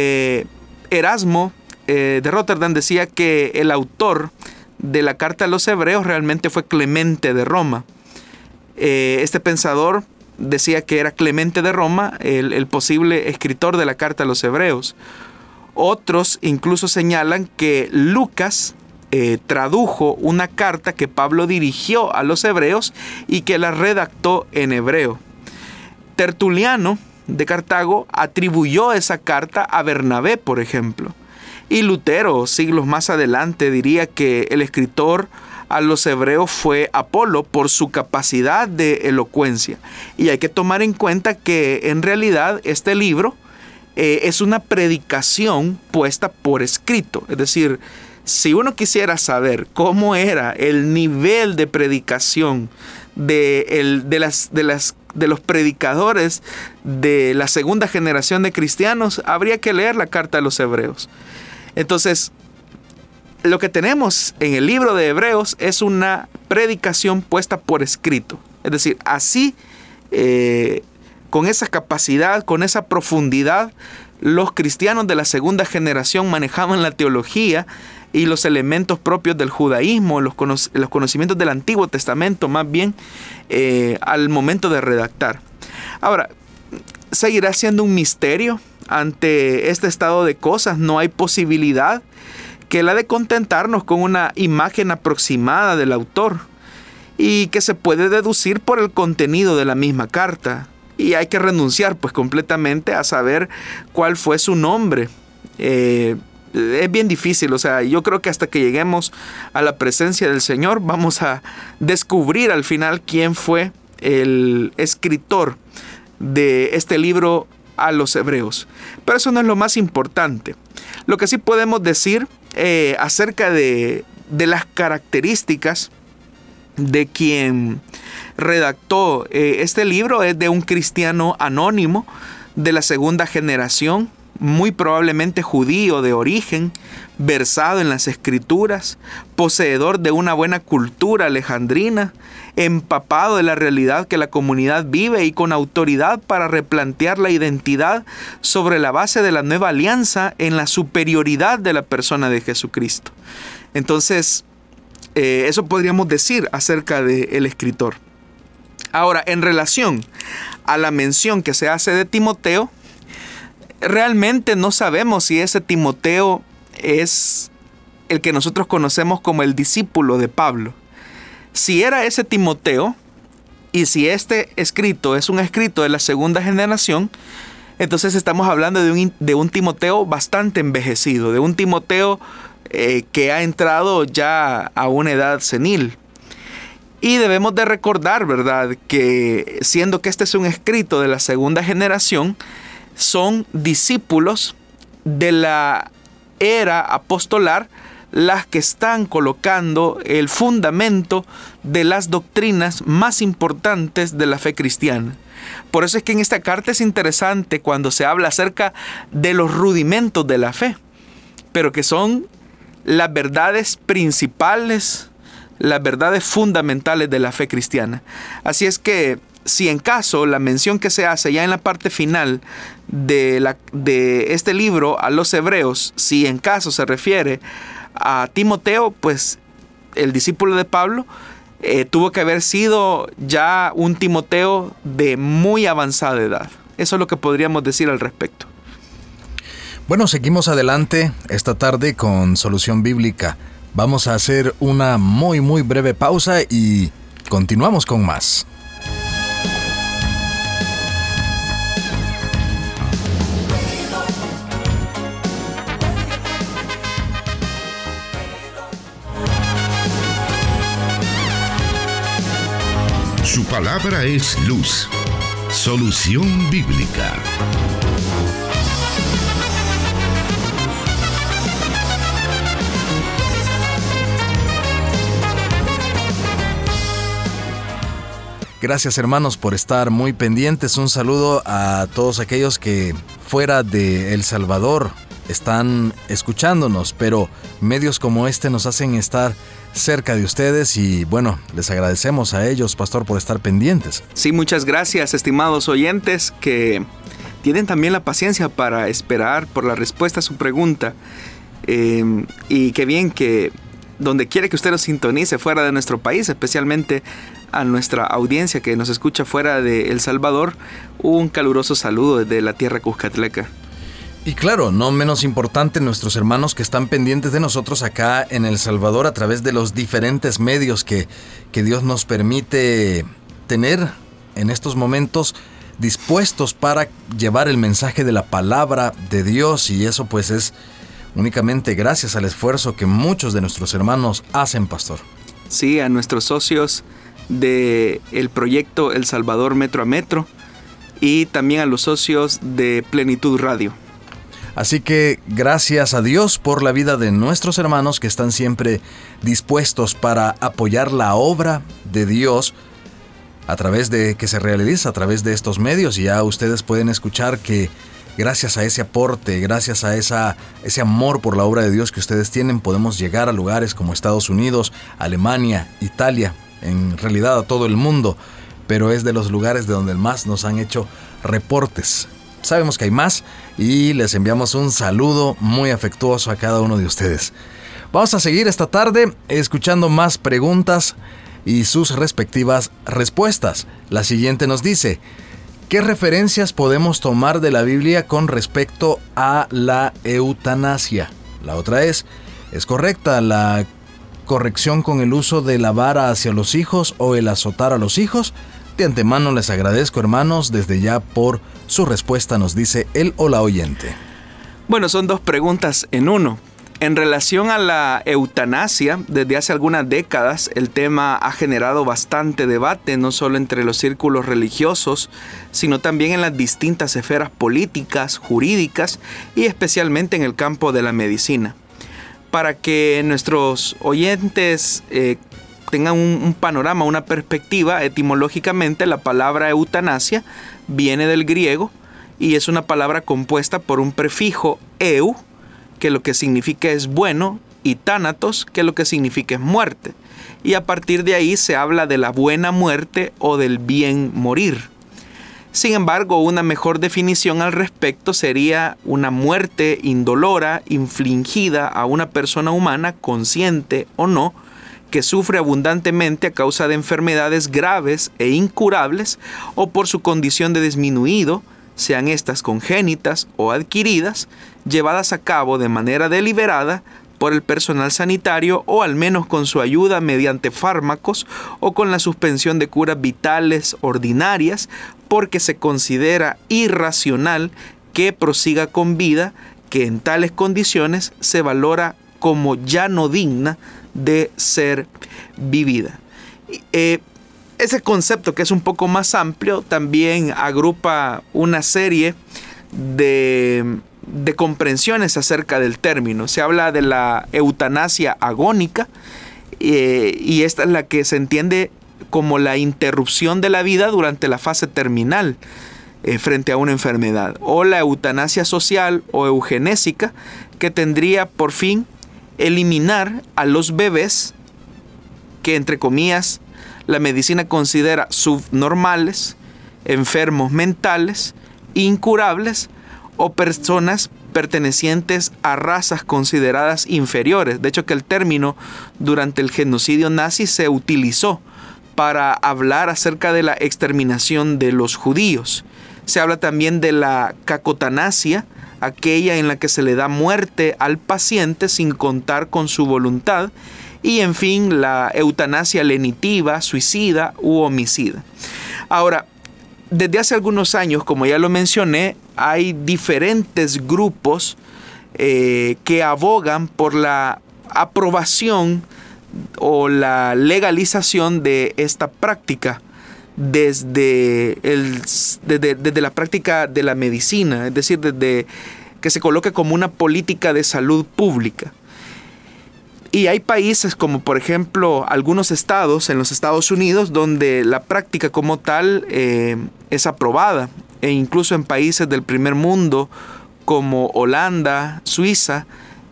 Erasmo de Rotterdam decía que el autor de la carta a los Hebreos realmente fue Clemente de Roma. Este pensador decía que era Clemente de Roma el posible escritor de la carta a los Hebreos. Otros incluso señalan que Lucas tradujo una carta que Pablo dirigió a los Hebreos y que la redactó en hebreo. Tertuliano de Cartago atribuyó esa carta a Bernabé, por ejemplo. Y Lutero, siglos más adelante, diría que el escritor a los Hebreos fue Apolo por su capacidad de elocuencia. Y hay que tomar en cuenta que en realidad este libro es una predicación puesta por escrito. Es decir, si uno quisiera saber cómo era el nivel de predicación de los predicadores de la segunda generación de cristianos, habría que leer la carta a los Hebreos. Entonces, lo que tenemos en el libro de Hebreos es una predicación puesta por escrito. Es decir, así con esa capacidad, con esa profundidad, los cristianos de la segunda generación manejaban la teología y los elementos propios del judaísmo, los conocimientos del Antiguo Testamento más bien, al momento de redactar. Ahora, seguirá siendo un misterio ante este estado de cosas. No hay posibilidad que la de contentarnos con una imagen aproximada del autor y que se puede deducir por el contenido de la misma carta. Y hay que renunciar pues completamente a saber cuál fue su nombre. Es bien difícil, o sea, yo creo que hasta que lleguemos a la presencia del Señor vamos a descubrir al final quién fue el escritor de este libro a los hebreos. Pero eso no es lo más importante. Lo que sí podemos decir acerca de las características de quien redactó este libro es de un cristiano anónimo de la segunda generación, muy probablemente judío de origen, versado en las escrituras, poseedor de una buena cultura alejandrina, empapado de la realidad que la comunidad vive y con autoridad para replantear la identidad sobre la base de la nueva alianza en la superioridad de la persona de Jesucristo. Entonces, eso podríamos decir acerca del escritor. Ahora, en relación a la mención que se hace de Timoteo, realmente no sabemos si ese Timoteo es el que nosotros conocemos como el discípulo de Pablo. Si era ese Timoteo, y si este escrito es un escrito de la segunda generación, entonces estamos hablando de un Timoteo bastante envejecido, de un Timoteo que ha entrado ya a una edad senil. Y debemos de recordar, ¿verdad?, que siendo que este es un escrito de la segunda generación, son discípulos de la era apostolar las que están colocando el fundamento de las doctrinas más importantes de la fe cristiana. Por eso es que en esta carta es interesante cuando se habla acerca de los rudimentos de la fe, pero que son las verdades principales, las verdades fundamentales de la fe cristiana. Así es que si en caso la mención que se hace ya en la parte final de este libro a los hebreos, si en caso se refiere a Timoteo, pues el discípulo de Pablo tuvo que haber sido ya un Timoteo de muy avanzada edad. Eso es lo que podríamos decir al respecto. Bueno, seguimos adelante esta tarde con Solución Bíblica. Vamos a hacer una muy breve pausa y continuamos con más. Su palabra es luz. Solución Bíblica. Gracias, hermanos, por estar muy pendientes. Un saludo a todos aquellos que fuera de El Salvador están escuchándonos, pero medios como este nos hacen estar cerca de ustedes y bueno, les agradecemos a ellos, pastor, por estar pendientes. Sí, muchas gracias, estimados oyentes, que tienen también la paciencia para esperar por la respuesta a su pregunta. Y qué bien que donde quiera que usted nos sintonice fuera de nuestro país, especialmente a nuestra audiencia que nos escucha fuera de El Salvador, un caluroso saludo desde la tierra cuscatleca. Y claro, no menos importante, nuestros hermanos que están pendientes de nosotros acá en El Salvador a través de los diferentes medios que Dios nos permite tener en estos momentos dispuestos para llevar el mensaje de la palabra de Dios, y eso pues es únicamente gracias al esfuerzo que muchos de nuestros hermanos hacen, pastor. Sí, a nuestros socios del proyecto El Salvador Metro a Metro y también a los socios de Plenitud Radio. Así que gracias a Dios por la vida de nuestros hermanos que están siempre dispuestos para apoyar la obra de Dios a través de que se realiza a través de estos medios, y ya ustedes pueden escuchar que gracias a ese aporte, gracias a ese amor por la obra de Dios que ustedes tienen, podemos llegar a lugares como Estados Unidos, Alemania, Italia, en realidad a todo el mundo, pero es de los lugares de donde más nos han hecho reportes. Sabemos que hay más y les enviamos un saludo muy afectuoso a cada uno de ustedes. Vamos a seguir esta tarde escuchando más preguntas y sus respectivas respuestas. La siguiente nos dice: ¿qué referencias podemos tomar de la Biblia con respecto a la eutanasia? La otra ¿es correcta la corrección con el uso de la vara hacia los hijos o el azotar a los hijos? De antemano les agradezco, hermanos, desde ya por su respuesta, nos dice él o la oyente. Bueno, son dos preguntas en uno. En relación a la eutanasia, desde hace algunas décadas el tema ha generado bastante debate, no solo entre los círculos religiosos, sino también en las distintas esferas políticas, jurídicas y especialmente en el campo de la medicina. Para que nuestros oyentes tengan un panorama, una perspectiva, etimológicamente la palabra eutanasia viene del griego y es una palabra compuesta por un prefijo eu, que lo que significa es bueno, y tánatos, que lo que significa es muerte. Y a partir de ahí se habla de la buena muerte o del bien morir. Sin embargo, una mejor definición al respecto sería una muerte indolora infligida a una persona humana, consciente o no, que sufre abundantemente a causa de enfermedades graves e incurables o por su condición de disminuido, sean estas congénitas o adquiridas, llevadas a cabo de manera deliberada por el personal sanitario o al menos con su ayuda mediante fármacos o con la suspensión de curas vitales ordinarias, porque se considera irracional que prosiga con vida que en tales condiciones se valora como ya no digna de ser vivida. Ese concepto, que es un poco más amplio, también agrupa una serie de comprensiones acerca del término. Se habla de la eutanasia agónica y esta es la que se entiende como la interrupción de la vida durante la fase terminal frente a una enfermedad, o la eutanasia social o eugenésica, que tendría por fin eliminar a los bebés que, entre comillas, la medicina considera subnormales, enfermos mentales, incurables o personas pertenecientes a razas consideradas inferiores. De hecho, que el término durante el genocidio nazi se utilizó para hablar acerca de la exterminación de los judíos. Se habla también de la cacotanasia, aquella en la que se le da muerte al paciente sin contar con su voluntad. Y en fin, la eutanasia lenitiva, suicida u homicida. Ahora, desde hace algunos años, como ya lo mencioné, hay diferentes grupos que abogan por la aprobación o la legalización de esta práctica desde la práctica de la medicina, es decir, desde que se coloque como una política de salud pública. Y hay países como por ejemplo algunos estados en los Estados Unidos donde la práctica como tal es aprobada, e incluso en países del primer mundo como Holanda, Suiza,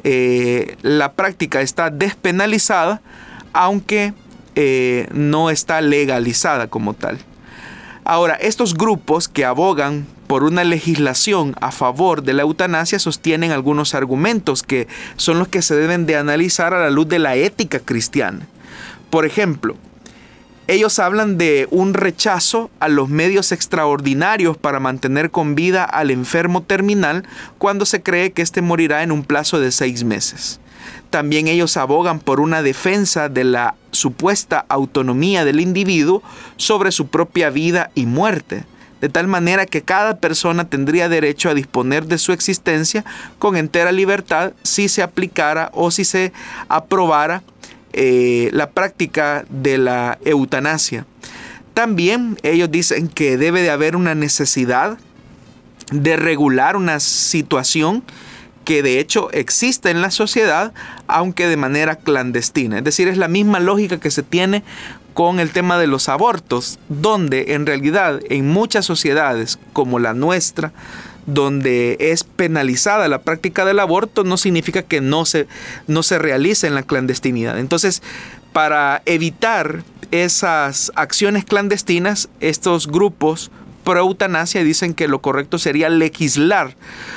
la práctica está despenalizada, aunque no está legalizada como tal. Ahora, estos grupos que abogan por una legislación a favor de la eutanasia sostienen algunos argumentos que son los que se deben de analizar a la luz de la ética cristiana. Por ejemplo, ellos hablan de un rechazo a los medios extraordinarios para mantener con vida al enfermo terminal cuando se cree que éste morirá en un plazo de 6 meses. También ellos abogan por una defensa de la supuesta autonomía del individuo sobre su propia vida y muerte, de tal manera que cada persona tendría derecho a disponer de su existencia con entera libertad si se aplicara o si se aprobara la práctica de la eutanasia. También ellos dicen que debe de haber una necesidad de regular una situación que de hecho existe en la sociedad, aunque de manera clandestina. Es decir, es la misma lógica que se tiene con el tema de los abortos, donde en realidad en muchas sociedades como la nuestra, donde es penalizada la práctica del aborto, no significa que no se realice en la clandestinidad. Entonces, para evitar esas acciones clandestinas, estos grupos pro eutanasia y dicen que lo correcto sería legislar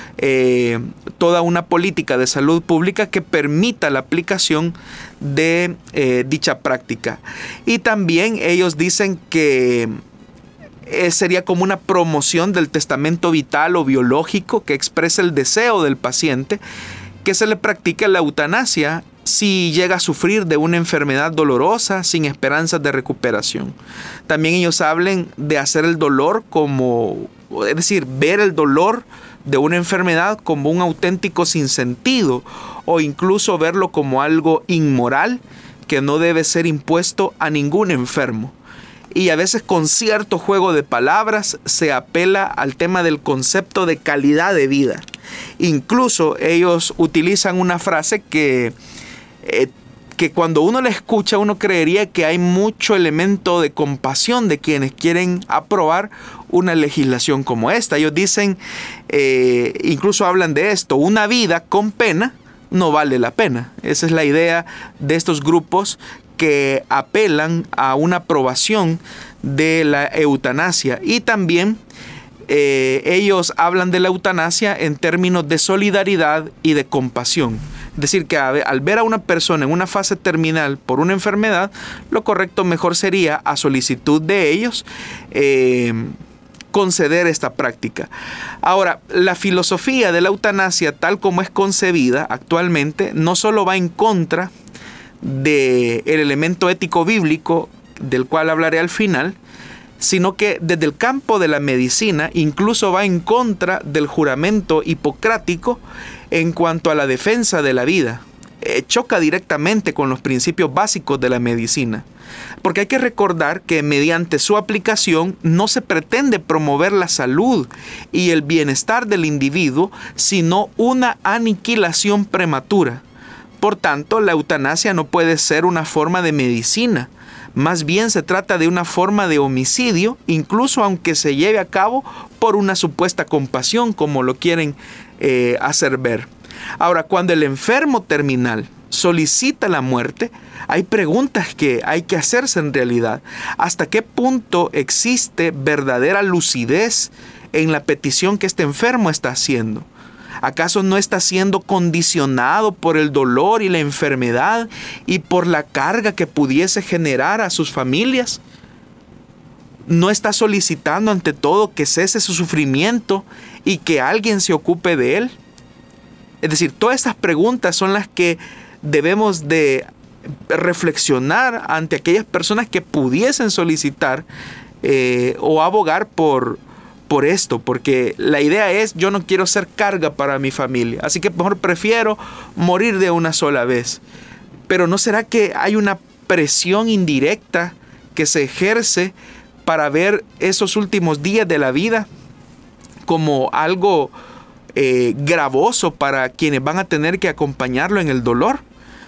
toda una política de salud pública que permita la aplicación de dicha práctica. Y también ellos dicen que sería como una promoción del testamento vital o biológico que expresa el deseo del paciente que se le practique la eutanasia si llega a sufrir de una enfermedad dolorosa sin esperanzas de recuperación. También ellos hablan de hacer el dolor es decir, ver el dolor de una enfermedad como un auténtico sinsentido o incluso verlo como algo inmoral que no debe ser impuesto a ningún enfermo. Y a veces con cierto juego de palabras se apela al tema del concepto de calidad de vida. Incluso ellos utilizan una frase que cuando uno la escucha uno creería que hay mucho elemento de compasión de quienes quieren aprobar una legislación como esta. Ellos dicen, incluso hablan de esto, una vida con pena no vale la pena. Esa es la idea de estos grupos que apelan a una aprobación de la eutanasia. Y también ellos hablan de la eutanasia en términos de solidaridad y de compasión. Es decir, que al ver a una persona en una fase terminal por una enfermedad, lo correcto mejor sería, a solicitud de ellos, conceder esta práctica. Ahora, la filosofía de la eutanasia, tal como es concebida actualmente, no solo va en contra del elemento ético bíblico, del cual hablaré al final, sino que desde el campo de la medicina incluso va en contra del juramento hipocrático en cuanto a la defensa de la vida. Choca directamente con los principios básicos de la medicina. Porque hay que recordar que mediante su aplicación no se pretende promover la salud y el bienestar del individuo, sino una aniquilación prematura. Por tanto, la eutanasia no puede ser una forma de medicina. Más bien se trata de una forma de homicidio, incluso aunque se lleve a cabo por una supuesta compasión, como lo quieren hacer ver. Ahora, cuando el enfermo terminal solicita la muerte, hay preguntas que hay que hacerse en realidad. ¿Hasta qué punto existe verdadera lucidez en la petición que este enfermo está haciendo? ¿Acaso no está siendo condicionado por el dolor y la enfermedad y por la carga que pudiese generar a sus familias? ¿No está solicitando ante todo que cese su sufrimiento y que alguien se ocupe de él? Es decir, todas estas preguntas son las que debemos de reflexionar ante aquellas personas que pudiesen solicitar o abogar por esto, porque la idea es, yo no quiero ser carga para mi familia, así que mejor prefiero morir de una sola vez. Pero ¿no será que hay una presión indirecta que se ejerce para ver esos últimos días de la vida como algo gravoso para quienes van a tener que acompañarlo en el dolor?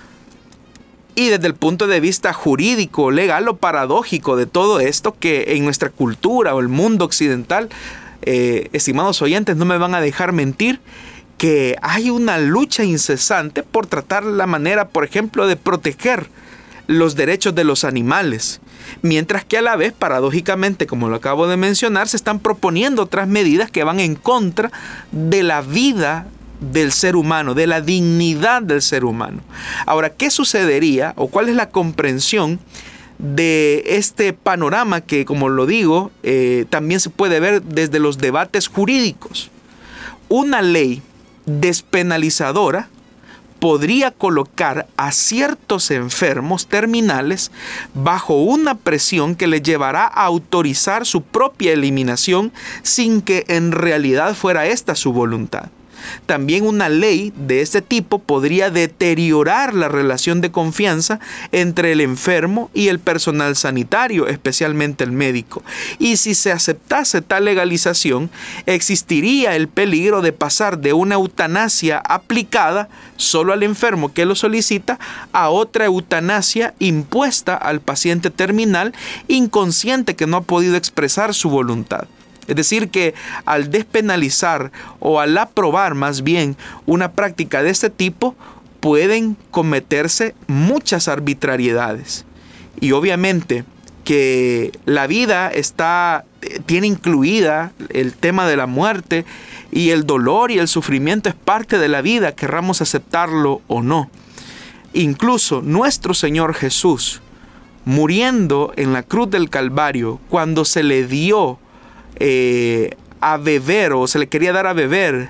Y desde el punto de vista jurídico, legal o paradójico de todo esto, que en nuestra cultura o el mundo occidental, estimados oyentes, no me van a dejar mentir, que hay una lucha incesante por tratar la manera, por ejemplo, de proteger los derechos de los animales, mientras que a la vez, paradójicamente, como lo acabo de mencionar, se están proponiendo otras medidas que van en contra de la vida del ser humano, de la dignidad del ser humano. Ahora, ¿qué sucedería o cuál es la comprensión de este panorama que, como lo digo, también se puede ver desde los debates jurídicos? Una ley despenalizadora podría colocar a ciertos enfermos terminales bajo una presión que les llevará a autorizar su propia eliminación sin que en realidad fuera esta su voluntad. También una ley de este tipo podría deteriorar la relación de confianza entre el enfermo y el personal sanitario, especialmente el médico. Y si se aceptase tal legalización, existiría el peligro de pasar de una eutanasia aplicada solo al enfermo que lo solicita a otra eutanasia impuesta al paciente terminal inconsciente que no ha podido expresar su voluntad. Es decir, que al despenalizar o al aprobar más bien una práctica de este tipo, pueden cometerse muchas arbitrariedades. Y obviamente, que la vida tiene incluida el tema de la muerte, y el dolor y el sufrimiento es parte de la vida, querramos aceptarlo o no. Incluso nuestro Señor Jesús, muriendo en la cruz del Calvario, cuando se le dio a beber, o se le quería dar a beber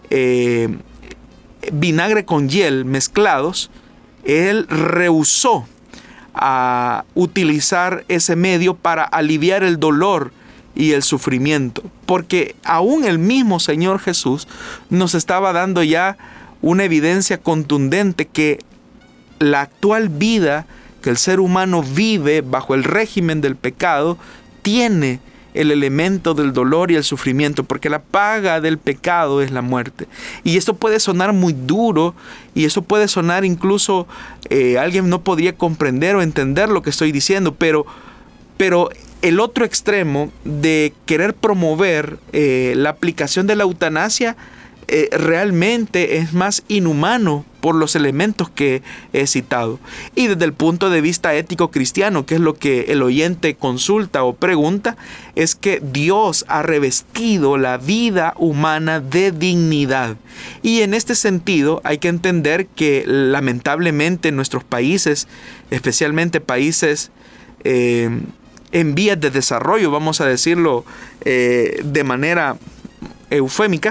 vinagre con hiel mezclados, Él rehusó a utilizar ese medio para aliviar el dolor y el sufrimiento, porque aún el mismo Señor Jesús nos estaba dando ya una evidencia contundente que la actual vida que el ser humano vive bajo el régimen del pecado tiene el elemento del dolor y el sufrimiento, porque la paga del pecado es la muerte. Y esto puede sonar muy duro, y eso puede sonar incluso alguien no podría comprender o entender lo que estoy diciendo, pero el otro extremo de querer promover la aplicación de la eutanasia realmente es más inhumano por los elementos que he citado. Y desde el punto de vista ético cristiano, que es lo que el oyente consulta o pregunta, es que Dios ha revestido la vida humana de dignidad. Y en este sentido hay que entender que lamentablemente en nuestros países, especialmente países en vías de desarrollo, vamos a decirlo de manera eufémica,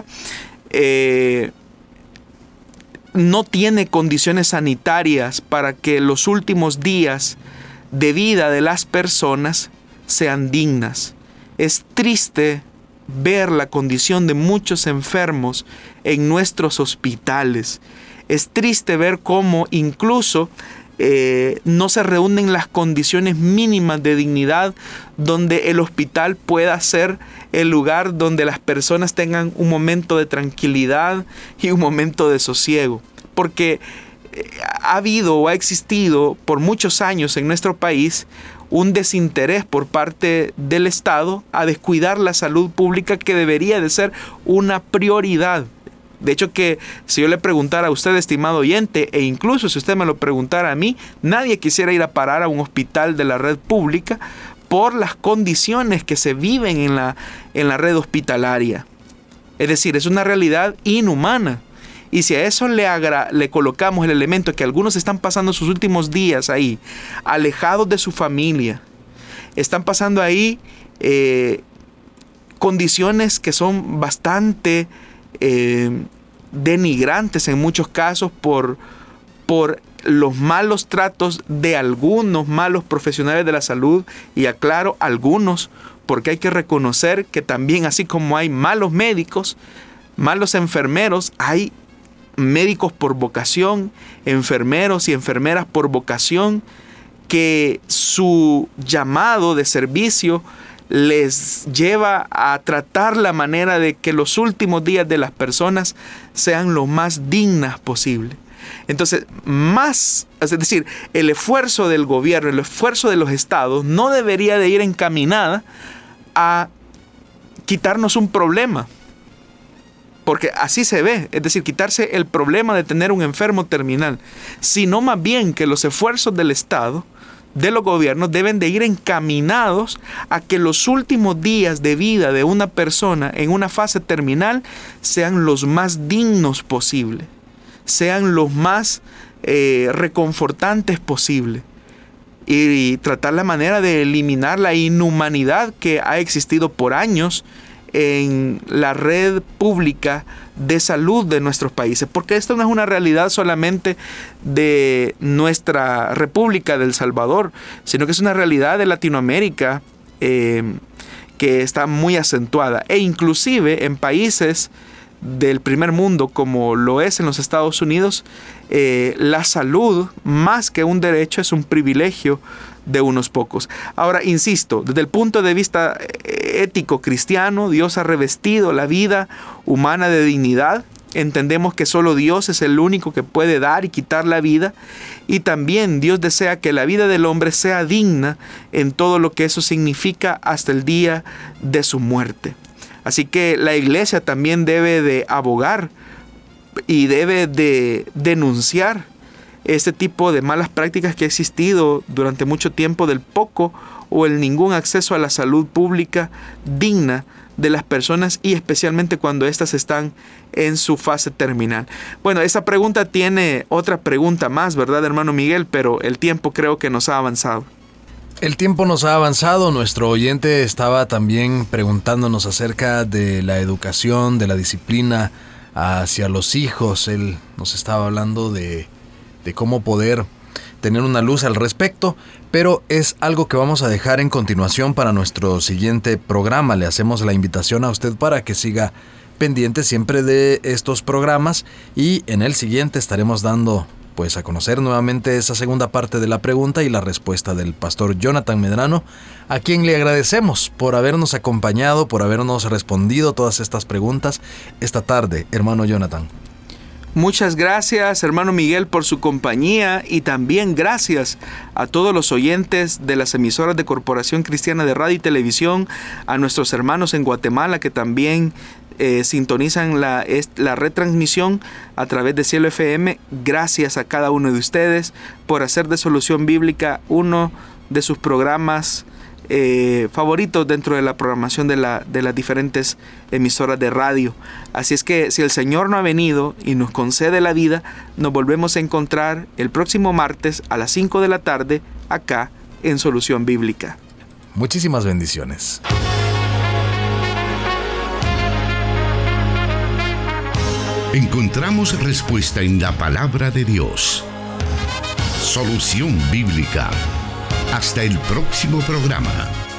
no tiene condiciones sanitarias para que los últimos días de vida de las personas sean dignas. Es triste ver la condición de muchos enfermos en nuestros hospitales. Es triste ver cómo incluso no se reúnen las condiciones mínimas de dignidad donde el hospital pueda ser el lugar donde las personas tengan un momento de tranquilidad y un momento de sosiego. Porque ha habido o ha existido por muchos años en nuestro país un desinterés por parte del Estado a descuidar la salud pública, que debería de ser una prioridad. De hecho, que si yo le preguntara a usted, estimado oyente, e incluso si usted me lo preguntara a mí, nadie quisiera ir a parar a un hospital de la red pública por las condiciones que se viven en la red hospitalaria. Es decir, es una realidad inhumana. Y si a eso le colocamos el elemento que algunos están pasando sus últimos días ahí, alejados de su familia, están pasando ahí condiciones que son bastante denigrantes en muchos casos por los malos tratos de algunos malos profesionales de la salud, y aclaro, algunos, porque hay que reconocer que también, así como hay malos médicos, malos enfermeros, hay médicos por vocación, enfermeros y enfermeras por vocación, que su llamado de servicio les lleva a tratar la manera de que los últimos días de las personas sean lo más dignas posible. Entonces, es decir, el esfuerzo del gobierno, el esfuerzo de los estados no debería de ir encaminada a quitarnos un problema, porque así se ve, es decir, quitarse el problema de tener un enfermo terminal, sino más bien que los esfuerzos del Estado, de los gobiernos, deben de ir encaminados a que los últimos días de vida de una persona en una fase terminal sean los más dignos posible, sean los más reconfortantes posible, y tratar la manera de eliminar la inhumanidad que ha existido por años en la red pública de salud de nuestros países, porque esto no es una realidad solamente de nuestra República del Salvador, sino que es una realidad de Latinoamérica que está muy acentuada, e inclusive en países del primer mundo como lo es en los Estados Unidos, la salud, más que un derecho, es un privilegio de unos pocos. Ahora, insisto, desde el punto de vista ético cristiano, Dios ha revestido la vida humana de dignidad. Entendemos que solo Dios es el único que puede dar y quitar la vida, y también Dios desea que la vida del hombre sea digna en todo lo que eso significa hasta el día de su muerte. Así que la iglesia también debe de abogar y debe de denunciar este tipo de malas prácticas que ha existido durante mucho tiempo del poco o el ningún acceso a la salud pública digna de las personas y especialmente cuando éstas están en su fase terminal. Bueno, esa pregunta tiene otra pregunta más, ¿verdad, hermano Miguel? Pero el tiempo creo que nos ha avanzado. El tiempo nos ha avanzado. Nuestro oyente estaba también preguntándonos acerca de la educación, de la disciplina hacia los hijos. Él nos estaba hablando de cómo poder tener una luz al respecto, pero es algo que vamos a dejar en continuación para nuestro siguiente programa. Le hacemos la invitación a usted para que siga pendiente siempre de estos programas y en el siguiente estaremos dando a conocer nuevamente esa segunda parte de la pregunta y la respuesta del pastor Jonathan Medrano, a quien le agradecemos por habernos acompañado, por habernos respondido todas estas preguntas esta tarde, hermano Jonathan. Muchas gracias, hermano Miguel, por su compañía y también gracias a todos los oyentes de las emisoras de Corporación Cristiana de Radio y Televisión, a nuestros hermanos en Guatemala que también sintonizan la retransmisión a través de Cielo FM. Gracias a cada uno de ustedes por hacer de Solución Bíblica uno de sus programas favoritos dentro de la programación de las diferentes emisoras de radio. Así es que si el Señor no ha venido y nos concede la vida, nos volvemos a encontrar el próximo martes a las 5 de la tarde acá en Solución Bíblica. Muchísimas bendiciones. Encontramos respuesta en la palabra de Dios. Solución Bíblica. Hasta el próximo programa.